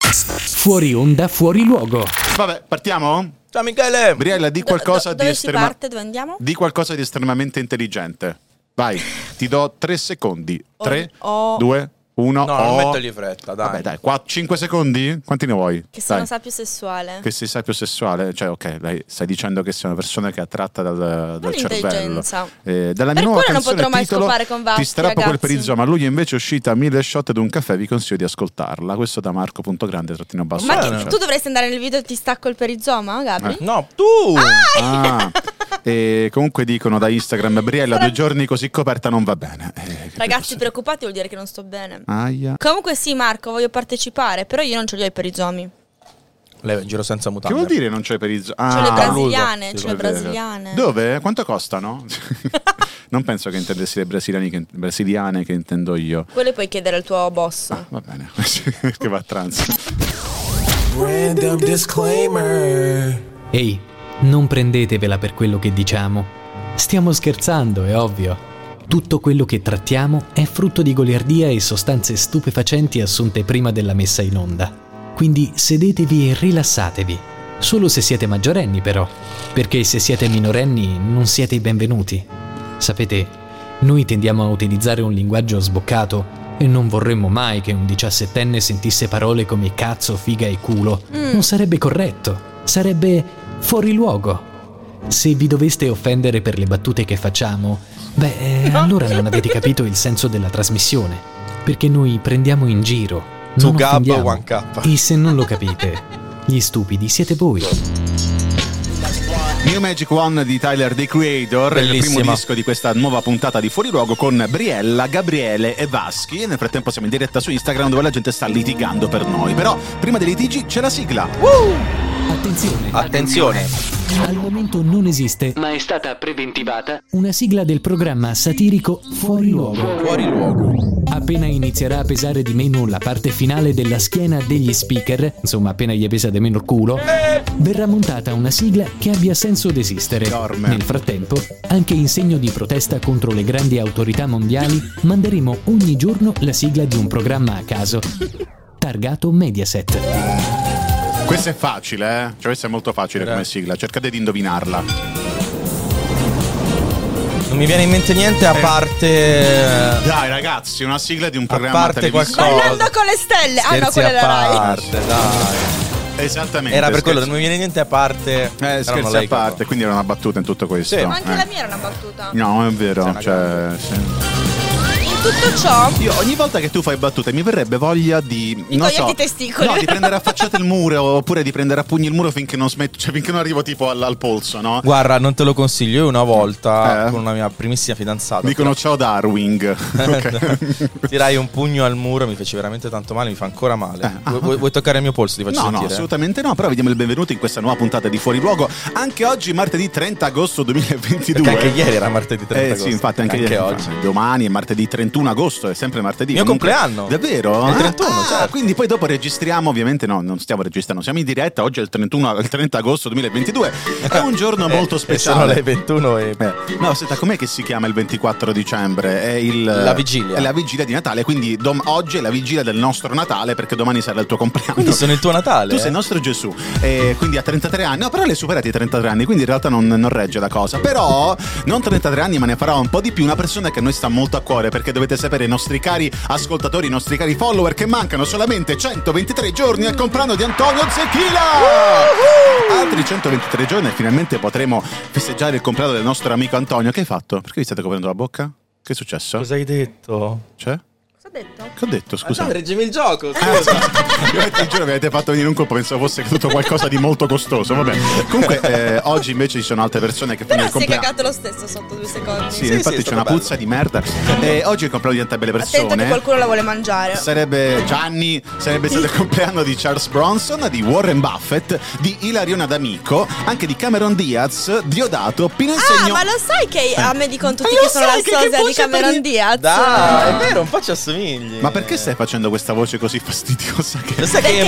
Fuori onda, fuori luogo. Vabbè, partiamo? Ciao Michele. Briella, di qualcosa di si parte? Dove andiamo? Di qualcosa di estremamente intelligente. Vai, ti do 3 secondi. 3, 2, 1. No, non mettergli fretta, dai. Vabbè, dai, 5 secondi? Quanti ne vuoi? Che sono sapiosessuale. Che sei sapiosessuale? Cioè, ok, lei stai dicendo che sei una persona che è attratta dal cervello. Dalla mia nuova canzone non potrò mai titolo scopare con Vaschi, Ti strappo ragazzi. quel perizoma. Lui invece è uscita a 1000 shot ed un caffè. Vi consiglio di ascoltarla. Questo da Marco.grande_basso. Ma tu dovresti andare nel video e ti stacco il perizoma, Gabri? No, tu! E comunque dicono da Instagram: Briella, 2 giorni così coperta non va bene. Ragazzi, preoccupati vuol dire che non sto bene. Aia. Comunque sì, Marco, voglio partecipare, però io non ce li ho i perizomi. Lei va in giro senza Che mutande. vuol dire non c'è perizoma? C'ho le brasiliane, Luso. c'ho le brasiliane. Dove? Quanto costano? Non penso che intendessi le brasiliane che intendo io. Quello puoi chiedere al tuo boss. Va bene, che va a trans. Random disclaimer. Ehi, non prendetevela per quello che diciamo. Stiamo scherzando, è ovvio. Tutto quello che trattiamo è frutto di goliardia e sostanze stupefacenti assunte prima della messa in onda. Quindi sedetevi e rilassatevi. Solo se siete maggiorenni, però. Perché se siete minorenni non siete i benvenuti. Sapete, noi tendiamo a utilizzare un linguaggio sboccato e non vorremmo mai che un 17enne sentisse parole come cazzo, figa e culo. Non sarebbe corretto. Sarebbe fuori luogo. Se vi doveste offendere per le battute che facciamo, allora non avete capito il senso della trasmissione, perché noi prendiamo in giro, non offendiamo. 1K. E se non lo capite, gli stupidi siete voi. New Magic One di Tyler, The Creator, Bellissima. il primo disco di questa nuova puntata di Fuori Luogo con Briella, Gabriele e Vaschi. E nel frattempo siamo in diretta su Instagram dove la gente sta litigando per noi. Però prima dei litigi c'è la sigla. Attenzione! Al momento non esiste, ma è stata preventivata, una sigla del programma satirico Fuori Luogo. Fuori luogo. Appena inizierà a pesare di meno la parte finale della schiena degli speaker, insomma appena gli pesa di meno il culo, verrà montata una sigla che abbia senso d'esistere. Dorme. Nel frattempo, anche in segno di protesta contro le grandi autorità mondiali, manderemo ogni giorno la sigla di un programma a caso, targato Mediaset. Questa è facile, eh? Cioè questa è molto facile come sigla. Cercate di indovinarla. Non mi viene in mente niente a parte... Dai ragazzi, una sigla di un programma a parte televisivo. qualcosa. Ballando con le stelle. Ah no, Scherzi quella è a la Rai. parte, dai. Esattamente. Era per quello, scherzi. non mi viene niente a parte. Scherzi a parte, quindi era una battuta in tutto questo. Sì. Ma anche la mia era una battuta. No, è vero. Sei una Cioè, In tutto ciò, io ogni volta che tu fai battute mi verrebbe voglia di toglierti i testicoli. No, di prendere a facciate il muro oppure di prendere a pugni il muro finché non smetto, cioè finché non arrivo tipo al polso, no? Guarda, non te lo consiglio. Io una volta con una mia primissima fidanzata Dicono ciao Darwin. Ok. tirai un pugno al muro, mi fece veramente tanto male, mi fa ancora male. Vuoi toccare il mio polso? Ti faccio No, sentire? assolutamente no. Però vi diamo il benvenuto in questa nuova puntata di Fuori Luogo. Anche oggi, martedì 30 agosto 2022. Perché anche ieri era martedì 30 agosto. Sì, infatti anche ieri. oggi. Domani è martedì 31 agosto, è sempre martedì. Mio Comunque, compleanno. Davvero? È il 31, certo. Quindi poi dopo registriamo, ovviamente no, non stiamo registrando, siamo in diretta, oggi è il 30 agosto 2022. È un giorno molto speciale. Sono le 21 e... No, senta, com'è che si chiama il 24 dicembre? È La vigilia. È la vigilia di Natale, quindi oggi è la vigilia del nostro Natale perché domani sarà il tuo compleanno. Quindi sono il tuo Natale? Tu sei il nostro Gesù, quindi a 33 anni. No, però l'hai superati i 33 anni, quindi in realtà non regge la cosa. Però non 33 anni, ma ne farà un po' di più una persona che a noi sta molto a cuore, perché dovete sapere, i nostri cari ascoltatori, i nostri cari follower, che mancano solamente 123 giorni al compleanno di Antonio Zecchila. Altri 123 giorni e finalmente potremo festeggiare il compleanno del nostro amico Antonio. Che hai fatto? Perché vi state coprendo la bocca? Che è successo? Cosa hai detto? C'è? cosa ho detto? Che ho detto, scusa? No, reggimi il gioco. Io ti giuro mi avete fatto venire un colpo, pensavo fosse tutto qualcosa di molto costoso. Vabbè. Comunque oggi invece ci sono altre persone che fanno Però il si è compleanno. cagato lo stesso sotto 2 secondi. Sì, infatti è c'è una stato puzza di merda. Oggi è il compleanno di tante belle persone. Attento che qualcuno la vuole mangiare. Sarebbe Gianni, sarebbe stato il compleanno di Charles Bronson, di Warren Buffett, di Ilariona D'Amico, anche di Cameron Diaz, Diodato, Pino Insegno. Ah, ma lo sai che a me dicono tutti Ma lo che sono la sai che sosia di voce Cameron per- Diaz? Dai, è vero, un po' ci assomigli. Ma perché stai facendo questa voce così fastidiosa? Lo sai che Perché io... io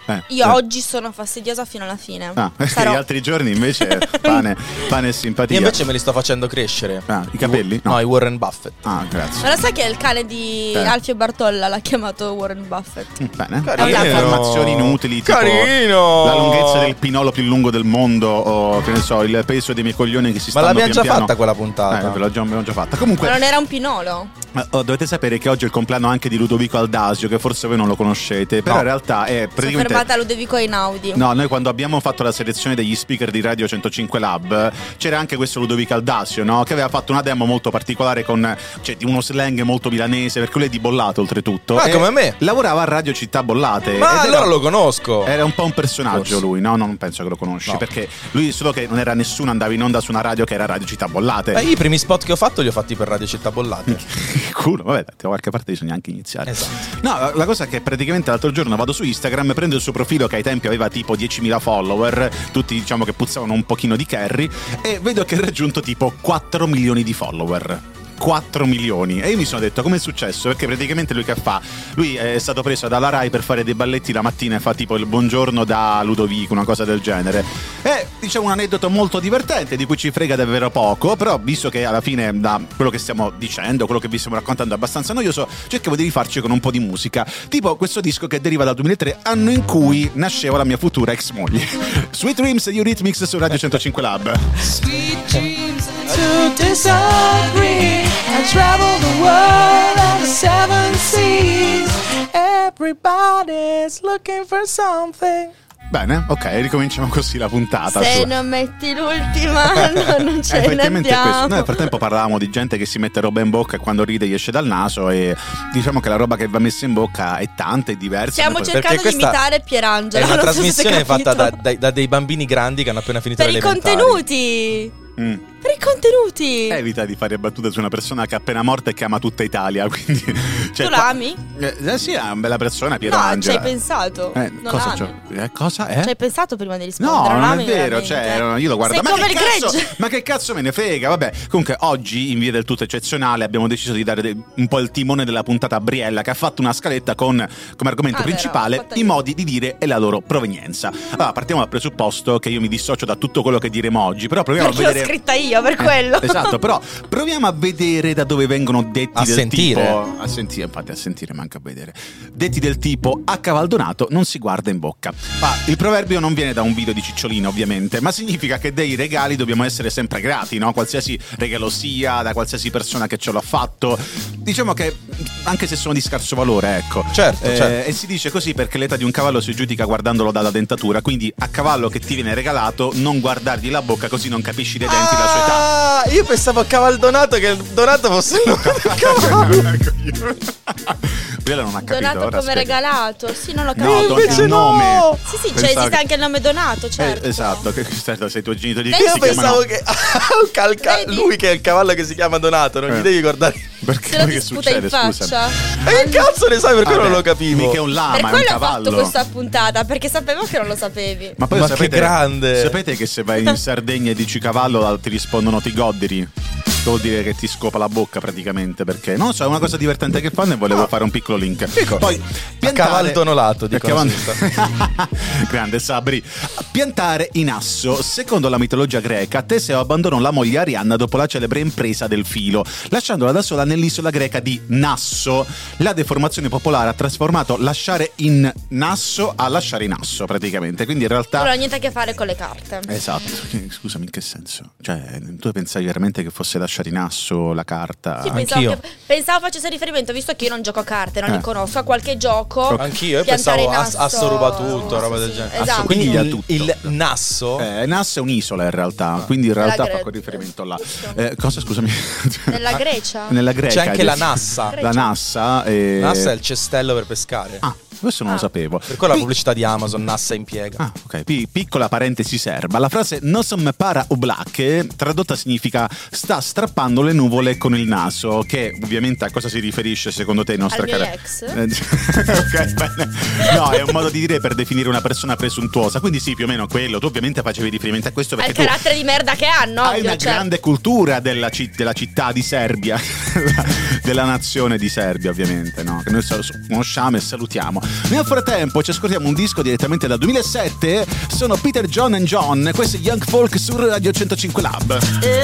Io oggi sono fastidiosa fino alla fine. Gli altri giorni invece pane e simpatia. Io invece me li sto facendo crescere. I capelli? No, i Warren Buffett. Grazie. Ma lo sai che il cane di Alfio Bartolla l'ha chiamato Warren Buffett? Bene. Carino. Informazioni inutili, tipo Carino. la lunghezza del pinolo più lungo del mondo, o che ne so, il peso dei miei coglioni che si stanno Ma l'abbiamo già pian piano. fatta quella puntata. Ve l'abbiamo già fatta. Comunque, Ma non era un pinolo? dovete sapere che oggi è il compleanno anche di Ludovico Aldasio, che forse voi non lo conoscete, però in realtà è praticamente... Sono fermata a Ludovico Einaudi. No, noi quando abbiamo fatto la selezione degli speaker di Radio 105 Lab c'era anche questo Ludovico Aldasio, no? Che aveva fatto una demo molto particolare di uno slang molto milanese, perché lui è di Bollate oltretutto. Come me. Lavorava a Radio Città Bollate. Ma allora lo conosco. Era un po' un personaggio. Forse. Lui, no? Non penso che lo conosci, No. perché lui solo che non era nessuno, andava in onda su una radio che era Radio Città Bollate. I primi spot che ho fatto li ho fatti per Radio Città Bollate. Culo, vabbè, da qualche parte bisogna anche iniziare. Esatto. No, la cosa è che praticamente l'altro giorno vado su Instagram, prendo il suo profilo che ai tempi aveva tipo 10.000 follower, tutti diciamo che puzzavano un pochino di Kerry, e vedo che ha raggiunto tipo 4 milioni di follower. 4 milioni. E io mi sono detto come è successo, perché praticamente lui che fa? Lui è stato preso dalla Rai per fare dei balletti la mattina e fa tipo il buongiorno da Ludovico, una cosa del genere. E diciamo un aneddoto molto divertente di cui ci frega davvero poco, però visto che alla fine da quello che stiamo dicendo, quello che vi stiamo raccontando è abbastanza noioso, cercavo di rifarci con un po' di musica, tipo questo disco che deriva dal 2003, anno in cui nasceva la mia futura ex moglie. Sweet Dreams di Eurythmics su Radio 105 Lab. Sweet dreams to disagree. I travel the world on the 7 seas. Everybody's looking for something. Bene, ok, ricominciamo così la puntata. Se non metti l'ultima non ce ne effettivamente è questo. andiamo. Noi nel frattempo parlavamo di gente che si mette roba in bocca e quando ride gli esce dal naso, e diciamo che la roba che va messa in bocca è tanta e diversa. Stiamo Perché cercando di questa imitare Pierangelo. È una non so se trasmissione avete fatta capito. da dei bambini grandi che hanno appena finito Per le i elementari. contenuti. Per i contenuti. Evita di fare battute su una persona che è appena morta e che ama tutta Italia, quindi cioè, Tu la ami? Sì, è una bella persona, No, ci Pierangela. hai pensato. Non cosa ami. cosa è? Ci hai pensato prima di No, rispondere? non è ami vero, veramente? io lo guardo. Sei Ma come che il cazzo? gregge. Ma che cazzo me ne frega? Vabbè, comunque oggi in via del tutto eccezionale abbiamo deciso di dare un po' il timone della puntata a Briella, che ha fatto una scaletta con come argomento principale fatta i io. modi di dire e la loro provenienza. Allora, partiamo dal presupposto che io mi dissocio da tutto quello che diremo oggi, però proviamo Perché a l'ho vedere. scritta io, per quello. Esatto, però proviamo a vedere da dove vengono detti A del sentire. tipo. A sentire, infatti, a sentire, manca a vedere. Detti del tipo: a caval donato non si guarda in bocca. Il proverbio non viene da un video di Cicciolina, ovviamente, ma significa che dei regali dobbiamo essere sempre grati, no? Qualsiasi regalo sia, da qualsiasi persona che ce l'ha fatto. Diciamo che anche se sono di scarso valore, ecco. Certo. E si dice così perché l'età di un cavallo si giudica guardandolo dalla dentatura, quindi a cavallo che ti viene regalato non guardargli la bocca, così non capisci dai denti la sua età. Io pensavo a Caval Donato, che il Donato fosse un Quella non ha capito. Donato ora come spiega. regalato. Sì, non l'ho No, capito. invece il nome. Sì, cioè Pensavo esiste che- anche il nome Donato, certo. Esatto, certo, sei i tuoi genitori Io che Io si chiamano. pensavo che Vedi? lui che è il cavallo che si chiama Donato, non gli devi guardare. Perché Se lo che ti sputa in succede, scusa? faccia. E che cazzo ne sai, perché Vabbè, non lo capivo? Mica è un lama, Per è un quello ho cavallo. fatto questa puntata, perché sapevo che non lo sapevi. Ma poi Ma sapete, che grande! Sapete che se vai in Sardegna e dici cavallo ti rispondono ti godderi? Vuol dire che ti scopa la bocca praticamente, perché non so, è una cosa divertente che fanno e volevo fare un piccolo link. Poi caval donolato, dicono grande Sabri. Piantare in asso. Secondo la mitologia greca, Teseo abbandonò la moglie Arianna dopo la celebre impresa del filo, lasciandola da sola nell'isola greca di Nasso. La deformazione popolare ha trasformato lasciare in nasso a lasciare in asso praticamente, quindi in realtà Non ha niente a che fare con le carte. esatto. Scusami, in che senso? Cioè, tu pensavi veramente che fosse lasciare in asso la carta? Sì, Anch'io. pensavo facesse riferimento, visto che io non gioco a carte, non li conosco, a qualche gioco. Anch'io, io piantare pensavo in asso. asso ruba tutto, roba del Sì, genere. esatto. Quindi Quindi tutto. il nasso Nasso è un'isola in realtà, quindi in realtà Nella fa quel riferimento là. Giusto. Cosa, scusami? Nella Grecia? Nella Grecia. c'è anche la nassa. La Nassa. Nassa è il cestello per pescare. Ah, questo non lo sapevo. Per quello la pubblicità di Amazon, Nassa impiega. Ah, ok. Piccola parentesi serba. La frase "no som para oblak", tradotta significa sta strappando le nuvole con il naso, che ovviamente a cosa si riferisce secondo te, nostra Al mio cara? ex? Ok, bene. No, è un modo di dire per definire una persona presuntuosa. Quindi sì, più o meno quello. Tu ovviamente facevi riferimento a questo Al perché tu carattere di merda che hanno, hai ovvio, una cioè. grande cultura della città di Serbia. della nazione di Serbia, ovviamente, no? Che noi conosciamo e salutiamo. Nel frattempo ci ascoltiamo un disco direttamente dal 2007. Sono Peter, John and John, questo è Young Folk su Radio 105 Lab.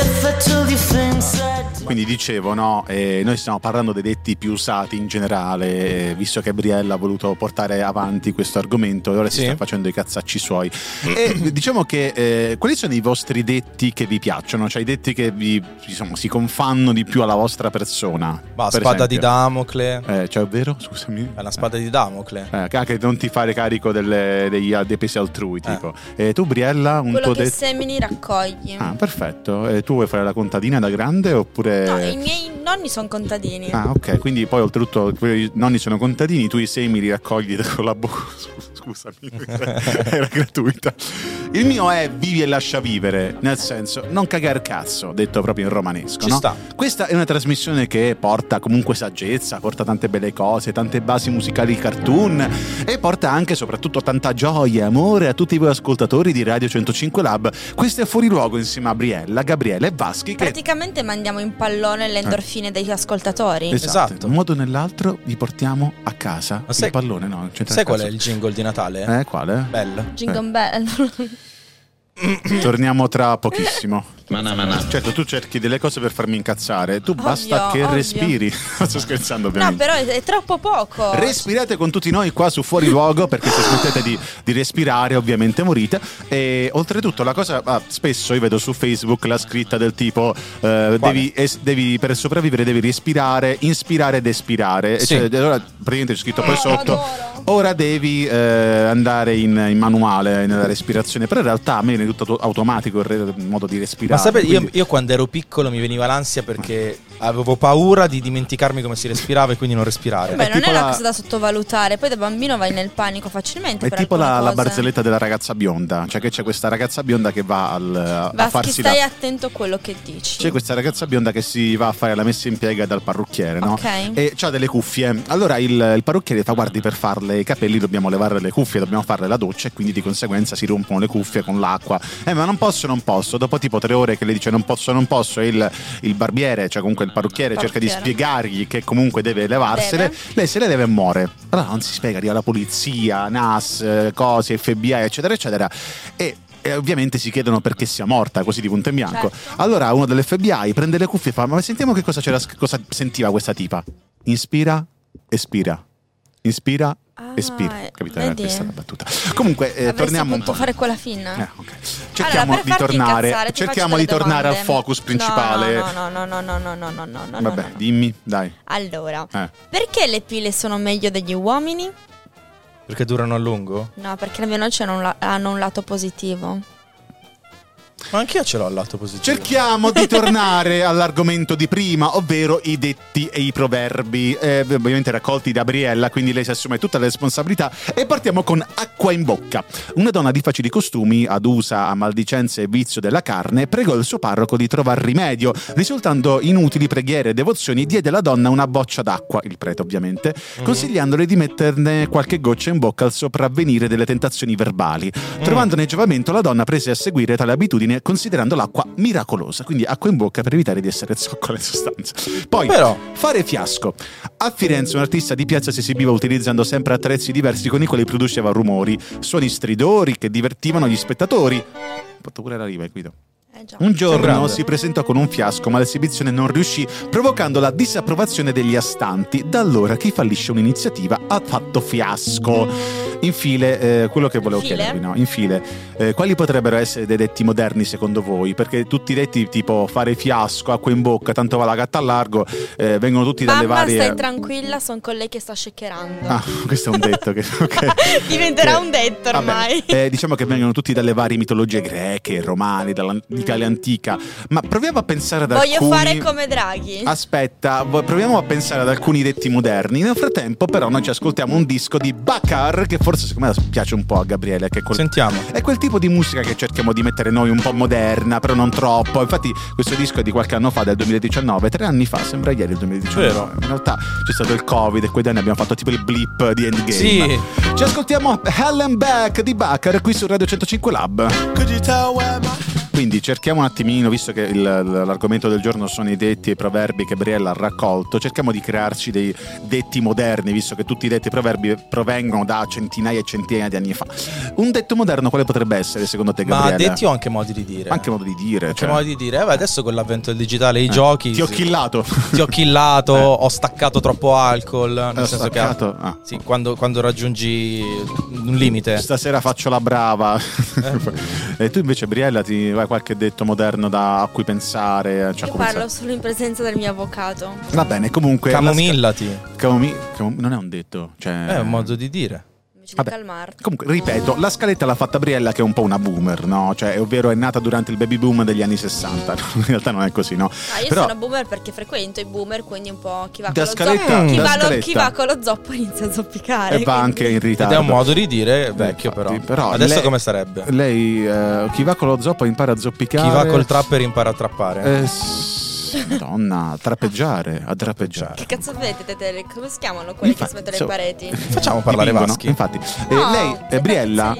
Quindi dicevo, no, noi stiamo parlando dei detti più usati in generale, visto che Briella ha voluto portare avanti questo argomento e ora si sta facendo i cazzacci suoi. E diciamo che quali sono i vostri detti che vi piacciono? Cioè i detti che vi, insomma, si confanno di più alla vostra persona? Spada di Damocle. Cioè, ovvero? Scusami. È la spada di Damocle. Che non ti fare carico dei pesi altrui, tipo. E tu, Briella, un quello tuo che detto? semini raccogli. Ah, perfetto. E tu vuoi fare la contadina da grande oppure... No, i miei nonni sono contadini. Ah, ok, quindi poi oltretutto i nonni sono contadini, tu i semi li raccogli con la bocca. Scusami, era gratuita. Il mio è vivi e lascia vivere, nel senso non cagar cazzo, detto proprio in romanesco, no? Sta. Questa è una trasmissione che porta comunque saggezza, porta tante belle cose, tante basi musicali cartoon e porta anche soprattutto tanta gioia e amore a tutti voi ascoltatori di Radio 105 Lab. Questo è Fuori Luogo insieme a Briella, Gabriele e Vaschi, che praticamente mandiamo in pallone le endorfine degli ascoltatori. Esatto. In un modo o nell'altro li portiamo a casa. Ma sai, il pallone, no? Sai qual è il jingle di Natale? Quale? Bello. Jingle bell. Torniamo tra pochissimo. Certo, tu cerchi delle cose per farmi incazzare. Tu basta che respiri. Sto scherzando, ovviamente. No, però è troppo poco. Respirate con tutti noi qua su Fuori Luogo, perché se smettete di respirare ovviamente morite. E oltretutto la cosa, spesso io vedo su Facebook la scritta del tipo devi per sopravvivere devi respirare, inspirare ed espirare. Sì. Cioè, allora praticamente c'è scritto poi sotto ora devi andare in manuale nella respirazione, però in realtà a me viene tutto automatico il modo di respirare. Ma sapete, quindi... io quando ero piccolo mi veniva l'ansia perché avevo paura di dimenticarmi come si respirava e quindi non respirare. Beh, non è una cosa da sottovalutare. Poi da bambino vai nel panico facilmente. È tipo la barzelletta della ragazza bionda. Cioè che c'è questa ragazza bionda che va a farsi stai attento a quello che dici. C'è questa ragazza bionda che si va a fare la messa in piega dal parrucchiere, no? Ok. E c'ha delle cuffie. Allora il parrucchiere fa: guardi, per farle i capelli dobbiamo levare le cuffie, dobbiamo farle la doccia, e quindi di conseguenza si rompono le cuffie con l'acqua. Ma non posso. Dopo tipo 3 ore che le dice non posso, e il barbiere, cioè comunque il parrucchiere cerca di spiegargli che comunque deve levarsele, lei se le leva e muore. Allora non si spiega, arriva la polizia, NAS, cose, FBI, eccetera eccetera, e ovviamente si chiedono perché sia morta così di punto in bianco. Certo. Allora uno dell'FBI prende le cuffie e fa: ma sentiamo che cosa sentiva questa tipa. Inspira, espira. Inspira, espira. Capite? Questa è la battuta. Comunque torniamo un po'. fare quella finna. Okay. Cerchiamo di tornare al focus principale. No. Vabbè, dimmi, dai. Allora, perché le pile sono meglio degli uomini? Perché durano a lungo? No, perché le mie noci hanno un lato positivo. Ma anch'io ce l'ho al lato positivo. Cerchiamo di tornare all'argomento di prima, ovvero i detti e i proverbi, ovviamente raccolti da Briella, quindi lei si assume tutta la responsabilità. E partiamo con acqua in bocca. Una donna di facili costumi, adusa a maldicenze e vizio della carne, pregò il suo parroco di trovar rimedio. Risultando inutili preghiere e devozioni, diede alla donna una boccia d'acqua, il prete ovviamente, consigliandole di metterne qualche goccia in bocca al sopravvenire delle tentazioni verbali. Trovandone giovamento, la donna prese a seguire tale abitudine, considerando l'acqua miracolosa, quindi acqua in bocca per evitare di essere zoccola in sostanza. Poi fare fiasco. A Firenze un artista di piazza si esibiva utilizzando sempre attrezzi diversi con i quali produceva rumori, suoni stridori che divertivano gli spettatori. Ho fatto pure la riva, Guido. Un giorno si presentò con un fiasco, ma l'esibizione non riuscì, provocando la disapprovazione degli astanti. Da allora chi fallisce un'iniziativa ha fatto fiasco. Infine, quello che volevo chiedervi, no? Infine, quali potrebbero essere dei detti moderni secondo voi? Perché tutti i detti tipo fare fiasco, acqua in bocca, tanto va la gatta al largo, vengono tutti dalle varie... Mamma, stai tranquilla, sono con lei che sta shakerando. Ah, questo è un detto che diventerà un detto ormai. Vabbè, diciamo che vengono tutti dalle varie mitologie greche, romane, dall'Italia antica. Ma proviamo a pensare ad alcuni... Voglio fare come Draghi. Aspetta, proviamo a pensare ad alcuni detti moderni. Nel frattempo però noi ci ascoltiamo un disco di Bakar, che forse secondo me piace un po' a Gabriele, che Sentiamo. È quel tipo di musica che cerchiamo di mettere noi, un po' moderna, però non troppo. Infatti questo disco è di qualche anno fa, del 2019, 3 anni fa, sembra ieri il 2019. Vero. In realtà c'è stato il Covid e quei anni abbiamo fatto tipo il blip di Endgame. Sì. Ci ascoltiamo Hell and Back di Bakar qui su Radio 105 Lab. Could you tell where my Quindi cerchiamo un attimino, visto che l'argomento del giorno sono i detti e i proverbi che Briella ha raccolto, cerchiamo di crearci dei detti moderni, visto che tutti i detti e proverbi provengono da centinaia e centinaia di anni fa. Un detto moderno quale potrebbe essere secondo te, Gabriele? Ma detti o anche modi di dire? Anche modo di dire. Anche modi di dire. Adesso con l'avvento del digitale e i giochi... Ti ho killato. Ti ho killato, ho staccato troppo alcol. Nel senso staccato? che sì, quando raggiungi un limite. Stasera faccio la brava. E tu invece, Briella, ti vai qualche detto moderno a cui pensare? Io parlo solo in presenza del mio avvocato. Va bene, comunque Camomillati. Non è un detto, cioè... È un modo di dire. Invece di calmarti. Comunque, ripeto, la scaletta l'ha fatta Briella, che è un po' una boomer, no? Cioè, ovvero è nata durante il baby boom degli anni 60. In realtà non è così, no? Io Però, sono boomer perché frequento i boomer, quindi un po' chi va Da con lo scaletta- zoppo, da scaletta. chi va con lo zoppo inizia a zoppicare. e va quindi- anche in ritardo. Ed è un modo di dire vecchio, Infatti, però. Adesso come sarebbe? Lei, chi va con lo zoppo impara a zoppicare. Chi va col trapper impara a trappare. Madonna, a trappeggiare. Che cazzo vedete, tete? Come si chiamano quelli che si mettono le pareti? Facciamo parlare Dipingono, vaschi. Infatti. No, Lei, che Briella,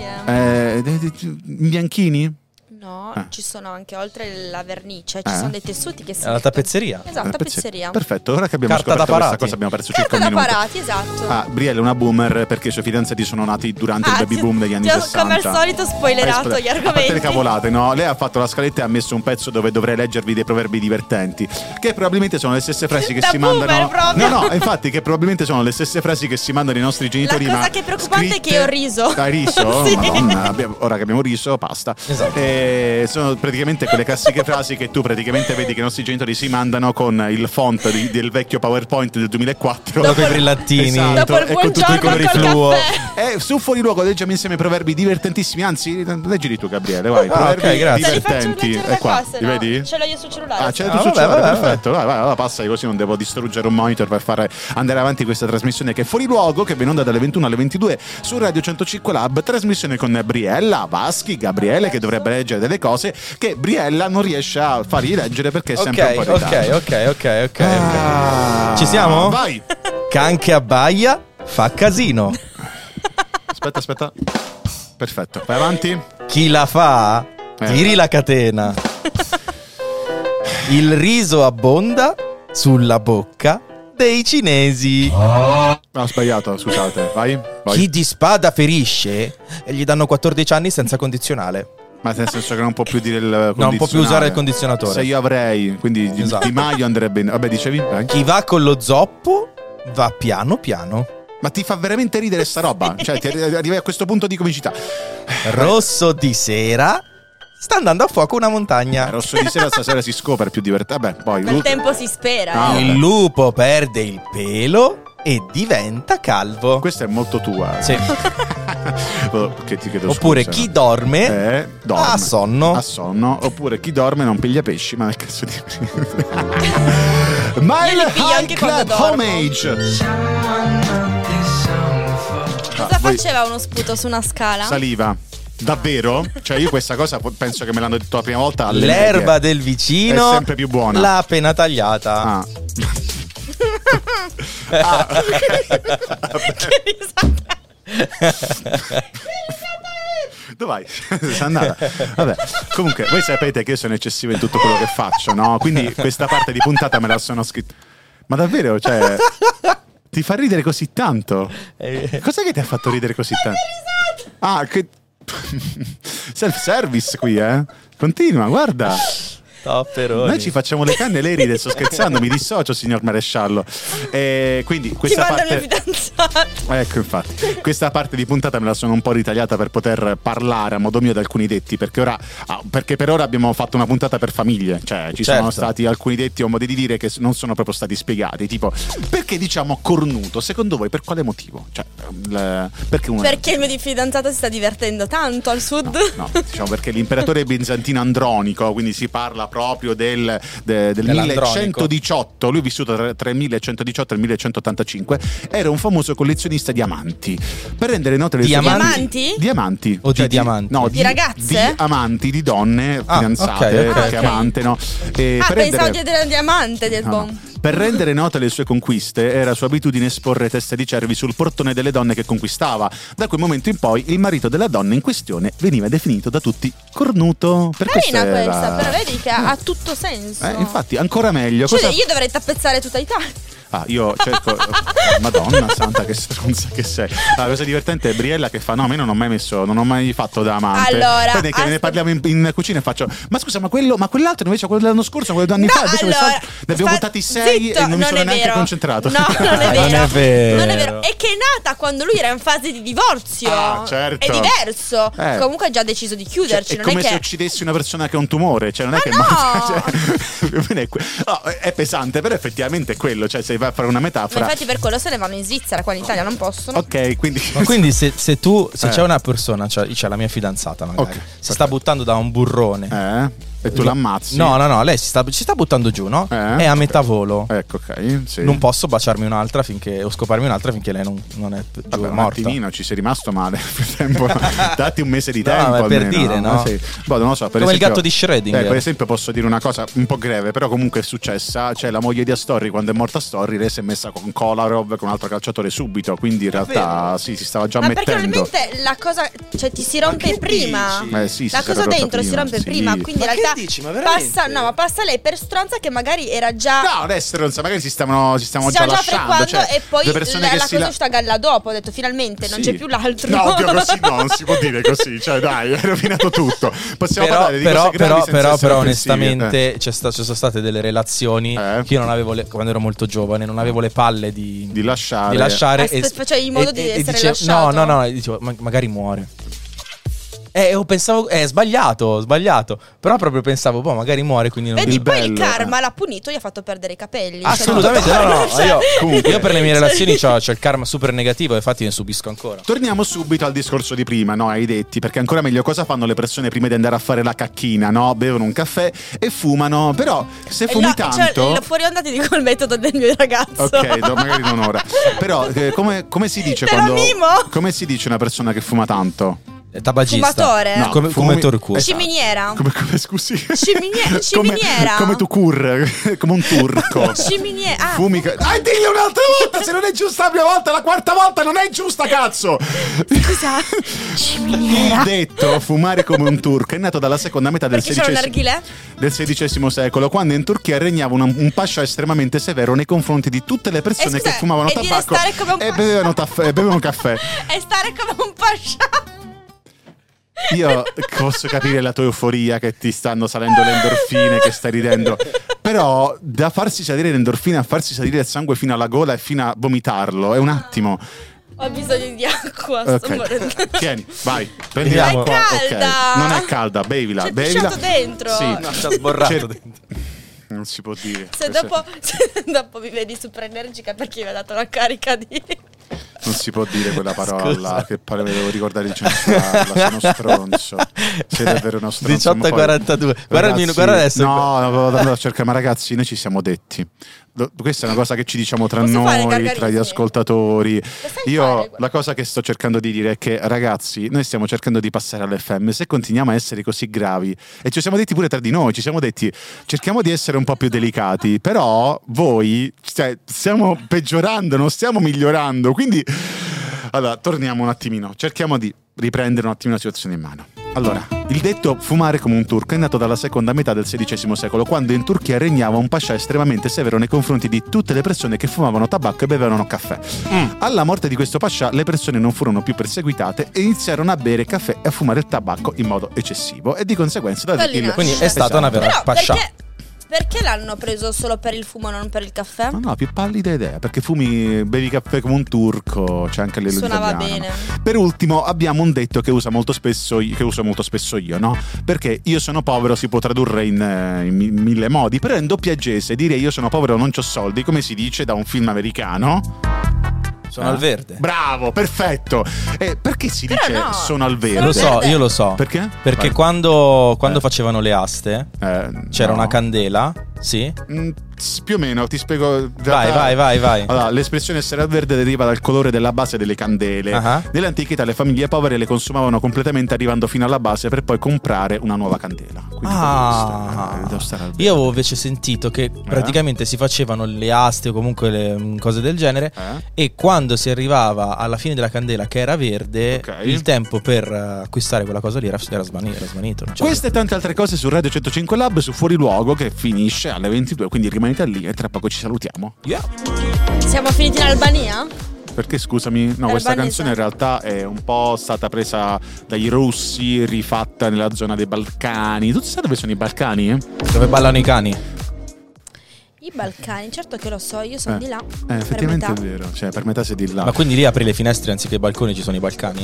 bianchini? No, ci sono anche, oltre la vernice, ci sono dei tessuti che si La tappezzeria. Esatto, tappezzeria. Perfetto, ora che abbiamo Carta da scoperto questa parati. cosa abbiamo perso circa Carta un da minuto. parati, esatto. Ah, Briella è una boomer perché i suoi fidanzati sono nati durante il baby boom degli anni ti ho, 60. come al solito spoilerato gli A parte argomenti. le cavolate, no? Lei ha fatto la scaletta e ha messo un pezzo dove dovrei leggervi dei proverbi divertenti, che probabilmente sono le stesse frasi che Da si boomer mandano. proprio. No, infatti, che probabilmente sono le stesse frasi che si mandano i nostri genitori. La cosa ma che è preoccupante è che scritte- io ho riso. Hai riso? Sì. Madonna, ora che abbiamo riso, basta. Esatto. Sono praticamente quelle classiche frasi che tu praticamente vedi che i nostri genitori si mandano con il font del vecchio PowerPoint del 2004. Dopo i brillantini. Esatto. Dopo il E con tutti i buongiorno colori col fluo. caffè. E su Fuori Luogo leggiamo insieme proverbi divertentissimi. Anzi, leggili tu, Gabriele, vai. Proverbi ok, grazie. Te li faccio divertenti. leggere E da qua, se li no vedi? ce l'ho io sul cellulare. Ah, c'è Ah, tu sul vabbè, cellulare, vabbè, perfetto. Vai, passai così non devo distruggere un monitor per fare andare avanti questa trasmissione che è Fuori Luogo, che viene in onda dalle 21 alle 22 su Radio 105 Lab, trasmissione con Briella Vaschi, Gabriele, che dovrebbe leggere delle cose che Briella non riesce a fargli leggere perché è sempre un po' in ritardo. Ok. Ah, Ci siamo? Vai. Can che abbaia fa casino. Aspetta. Perfetto, vai avanti. Chi la fa, tiri la catena. Il riso abbonda sulla bocca dei cinesi. Ho sbagliato, scusate. Vai. Chi di spada ferisce e gli danno 14 anni senza condizionale. Ma nel senso che non può più dire il condizionale. Non può più usare il condizionatore. Se io avrei, quindi Esatto. Di Maio andrebbe. Vabbè, dicevi? Vai. Chi va con lo zoppo va piano piano. Ma ti fa veramente ridere sta roba? Cioè, ti arrivi a questo punto di comicità. Rosso di sera sta andando a fuoco una montagna. Rosso di sera stasera si scopre più divertente. Vabbè, poi. Quel tempo si spera. Ah, Il lupo perde il pelo e diventa calvo. Questa è molto tua. Sì. Che ti chiedo Oppure scusa. chi dorme dorme. ha sonno. Ha sonno. Oppure chi dorme non piglia pesci. Ma nel cazzo di. Mile Io li piglio anche High quando Club dormo. Homage. Cosa faceva uno sputo su una scala? Saliva. Davvero? Cioè io questa cosa penso che me l'hanno detto la prima volta alle L'erba medie. del vicino È sempre più buona. l'ha appena tagliata. Ah. Che risata. Dov'hai? Sei andata? Vabbè. Comunque, voi sapete che io sono eccessivo in tutto quello che faccio, no? Quindi questa parte di puntata me la sono scritta. Ma davvero? Cioè, ti fa ridere così tanto? Cos'è che ti ha fatto ridere così tanto? Ah, che self-service qui, eh? Continua, guarda. Topperoni. Noi ci facciamo le canne, lei ride, sto scherzando, mi dissocio, signor maresciallo. Quindi Ti questa mandano parte. il fidanzato. Ecco, infatti, questa parte di puntata me la sono un po' ritagliata per poter parlare a modo mio di alcuni detti, perché per ora abbiamo fatto una puntata per famiglie, cioè ci sono stati alcuni detti o modi di dire che non sono proprio stati spiegati, tipo perché diciamo cornuto, secondo voi per quale motivo? Cioè, perché uno Perché il mio fidanzato si sta divertendo tanto al sud. No, diciamo perché l'imperatore bizantino Andronico, quindi si parla proprio del Dell'Andronico. 1118, lui è vissuto tra il 1118 e il 1185, era un famoso collezionista di amanti. Per rendere note le sue Diamanti? Diamanti? O Cioè di diamanti? No, Di ragazze? Di amanti, di donne fidanzate, ok, perché ok. amante, no? E per Pensavo rendere- di diamante del No, buon. no. Per rendere note le sue conquiste, era sua abitudine esporre teste di cervi sul portone delle donne che conquistava. Da quel momento in poi il marito della donna in questione veniva definito da tutti cornuto. Per Carina questo era- questa, però vedi che ha tutto senso. Infatti, ancora meglio. Cioè, Cosa- io dovrei tappezzare tutta Italia. Io cerco. Madonna santa, che stronza che sei. La cosa divertente è Briella che fa: no, ma io non ho mai fatto da amante. Allora, poi ne parliamo in cucina e faccio: ma scusa, ma quell'altro invece, quello dell'anno scorso, quello 2 anni fa, invece quest'altro ne abbiamo votati 6 zitto, e non mi sono è neanche vero. concentrato. No, non è vero. Non è vero. Non è vero. È che è nata quando lui era in fase di divorzio. Certo. È diverso. Comunque ha già deciso di Cioè, chiuderci. è non come è se che uccidessi una persona che ha un tumore, cioè non è che no! è pesante, però effettivamente è quello, cioè se vai a fare una Ma metafora. infatti per quello se ne vanno in Svizzera, qua in Italia non possono. Ok, quindi Ma quindi se c'è una persona, c'è la mia fidanzata magari, Ok, si sta buttando da un burrone. e tu l'ammazzi. No, lei si sta buttando giù, no? È a metà volo. Ecco, ok, sì. Non posso baciarmi un'altra o scoparmi un'altra finché lei non è giù, Vabbè, è un morta. attimino ci sei rimasto male nel frattempo. Datti un mese di No, tempo ma per almeno, dire, no? Sì. Boh, non lo so, per Come il esempio, gatto di Schrödinger. Per esempio posso dire una cosa un po' greve, però comunque è successa. Cioè la moglie di Astorri, quando è morta Astorri, lei si è messa con Kolarov, con un altro calciatore subito. Quindi in realtà sì, si stava già Ma perché mettendo. probabilmente la cosa, cioè ti si rompe prima. Sì, La si cosa era rotta dentro si prima, rompe sì. prima, quindi Ma in realtà che dici? Ma veramente? passa lei per stronza che magari era già No, adesso non so, magari si stavano si già stavano già lasciando. frequando Cioè, e poi due persone la che cosa si è uscita a galla dopo. Ho detto finalmente non Sì. c'è più l'altro. No, oddio, così no, non si può dire così. Cioè, dai, hai rovinato tutto. Possiamo Però, parlare di cose gravi senza essere offensivi. onestamente ci sono state delle relazioni che io non avevo quando ero molto giovane, non avevo le palle di lasciare. Facevi in modo di essere dicevo, lasciato. no, dicevo, magari muore. Pensavo, sbagliato. Però proprio pensavo, magari muore, quindi non Vedi, il poi il bello, karma l'ha punito, gli ha fatto perdere i capelli. Assolutamente, Cioè, no. Comunque. Io per le mie relazioni c'ho il karma super negativo, infatti ne subisco ancora. Torniamo subito al discorso di prima, no? Ai detti, perché ancora meglio cosa fanno le persone prima di andare a fare la cacchina, no? Bevono un caffè e fumano, però se fumi no, tanto. Cioè, fuori onda ti dico il metodo del mio ragazzo. Ok, magari non ora. Però come si dice Te lo quando. mimo? Come si dice una persona che fuma tanto? Tabagista. Fumatore. No, Come fumi- Torcu. Esatto. Ciminiera. Come scusi? Ciminiera. Come tu come un turco. Ciminiera. Fumi. Digli un'altra volta! Se non è giusta la prima volta, la quarta volta non è giusta, cazzo! Scusa. Ciminiera. Il detto fumare come un turco è nato dalla seconda metà del Perché c'era un narghilè? XVI secolo, quando in Turchia regnava un pascia estremamente severo nei confronti di tutte le persone scusa, che fumavano e di tabacco restare come un e pascia. bevevano caffè. E stare come un pascià. Io posso capire la tua euforia, che ti stanno salendo le endorfine, che stai ridendo, però da farsi salire le endorfine a farsi salire il sangue fino alla gola e fino a vomitarlo è un attimo. Ho bisogno di acqua. Sto morendo. Tieni, vai. Prendiamo. È calda. Ok, non è calda, bevila. C'è bevila. pisciato dentro. Sì. No, ci ha sborrato Cer- dentro. Non si può dire. Se dopo mi vedi super energica perché mi ha dato la carica di. Non si può dire quella parola, che pare devo ricordare di censurarla. Sono stronzo. Sei davvero uno stronzo. 18:42. Guarda adesso. No, vado a cercare, ma ragazzi, noi ci siamo detti. Questa è una cosa che ci diciamo tra Posso fare noi, gargarismi? tra gli ascoltatori. sai Io fare? la cosa che sto cercando di dire è che, ragazzi, noi stiamo cercando di passare all'FM. Se continuiamo a essere così gravi, e ci siamo detti pure tra di noi, ci siamo detti cerchiamo di essere un po' più delicati, però voi, cioè, stiamo peggiorando, non stiamo migliorando. Quindi allora torniamo un attimino, cerchiamo di riprendere un attimo la situazione in mano. Allora, il detto fumare come un turco è nato dalla seconda metà del XVI secolo, quando in Turchia regnava un pascià estremamente severo nei confronti di tutte le persone che fumavano tabacco e bevevano caffè. Alla morte di questo pascià le persone non furono più perseguitate e iniziarono a bere caffè e a fumare il tabacco in modo eccessivo, e di conseguenza Quindi è stata una vera Però pascià. perché l'hanno preso solo per il fumo, non per il caffè? No, più pallida idea, perché bevi caffè come un turco, c'è anche l'italiano. Suonava bene. Per ultimo abbiamo un detto che uso molto spesso io, no? Perché io sono povero si può tradurre in mille modi, però in doppiaggese dire io sono povero non c'ho soldi, come si dice da un film americano? Sono al verde. Bravo, perfetto. Perché si Però dice no, sono al verde? Lo so, io lo so. Perché? Perché Vai. quando facevano le aste c'era no. una candela, sì? più o meno ti spiego. Vai. Allora, l'espressione essere al verde deriva dal colore della base delle candele. Nell'antichità le famiglie povere le consumavano completamente arrivando fino alla base per poi comprare una nuova candela. Quindi devo stare al verde. Io avevo invece sentito che praticamente si facevano le aste o comunque le cose del genere e quando si arrivava alla fine della candela che era verde, il tempo per acquistare quella cosa lì era svanito. Queste e tante altre cose su Radio 105 Lab, su Fuori Luogo, che finisce alle 22, quindi rimanete lì e tra poco ci salutiamo. Siamo finiti in Albania? Perché scusami, no, questa canzone in realtà è un po' stata presa dai russi, rifatta nella zona dei Balcani. Tu sai dove sono i Balcani? Dove ballano i cani? I Balcani, certo che lo so, io sono di là. Effettivamente per è vero, cioè per metà sei di là. Ma quindi lì apri le finestre anziché i balconi ci sono i Balcani?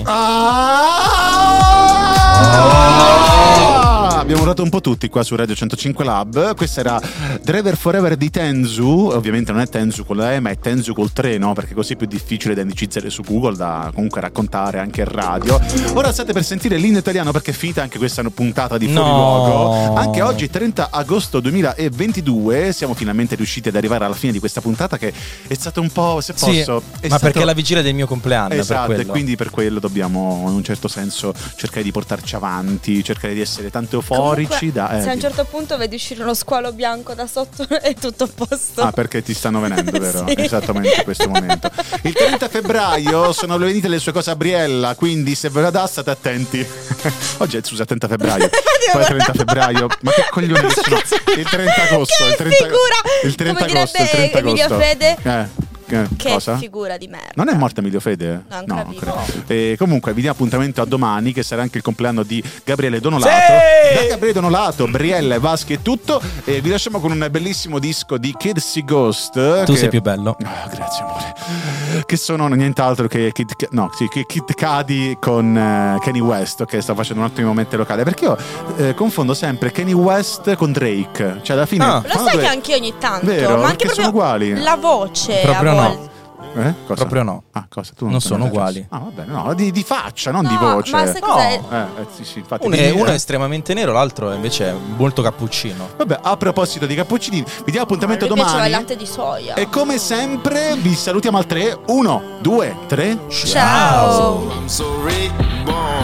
Abbiamo urlato un po' tutti qua su Radio 105 Lab. Questa era Driver Forever di Tenzu. Ovviamente non è Tenzu con la E, ma è Tenzu col 3, no? Perché così è più difficile da indicizzare su Google, da comunque raccontare anche in radio. Ora state per sentire l'inno italiano perché è finita anche questa puntata di Fuori Luogo. Anche oggi 30 agosto 2022 siamo finalmente riusciti ad arrivare alla fine di questa puntata, che è stato un po', se posso, perché è la vigilia del mio compleanno. Esatto, per e quindi per quello dobbiamo in un certo senso cercare di portarci avanti, cercare di essere tanto euforici. Comunque, se a un certo punto vedi uscire uno squalo bianco da sotto è tutto a posto. Ah, perché ti stanno venendo, vero? Sì. Esattamente in questo momento. Il 30 febbraio sono venite le sue cose a Briella, quindi se ve la dà state attenti. Oggi è, scusa, 30 febbraio. Poi 30 febbraio. Ma che coglione che sono? Il 30 agosto. Che il 30 figura! Il 30 Come agosto. Il 30 Emilio agosto. Fede. Che cosa? figura di merda. Non è morto Emilio Fede? No, ancora vivo. Comunque vi diamo appuntamento a domani, che sarà anche il compleanno di Gabriele Donolato. Da Gabriele Donolato, Brielle, Vaschi e tutto. E vi lasciamo con un bellissimo disco di Kid See Ghost. Tu sei più bello. Oh, grazie amore. Che sono nient'altro che Kid Cudi con Kanye West, che sta facendo un ottimo momento locale. Perché io confondo sempre Kanye West con Drake. Cioè alla fine lo sai che anche io ogni tanto. Vero? Ma anche Perché sono uguali. la voce. Proprio no. Cosa? Proprio no. Ah, cosa? Tu non sono uguali. Ah, va bene, no, di faccia, non di voce. Ma sai cos'è? Sì, infatti, Uno è estremamente nero, l'altro invece è molto cappuccino. Vabbè, a proposito di cappuccini, vi diamo appuntamento Mi piaceva domani. il latte di soia. E come sempre vi salutiamo al 3. 1, 2, 3. Ciao. I'm so reborn.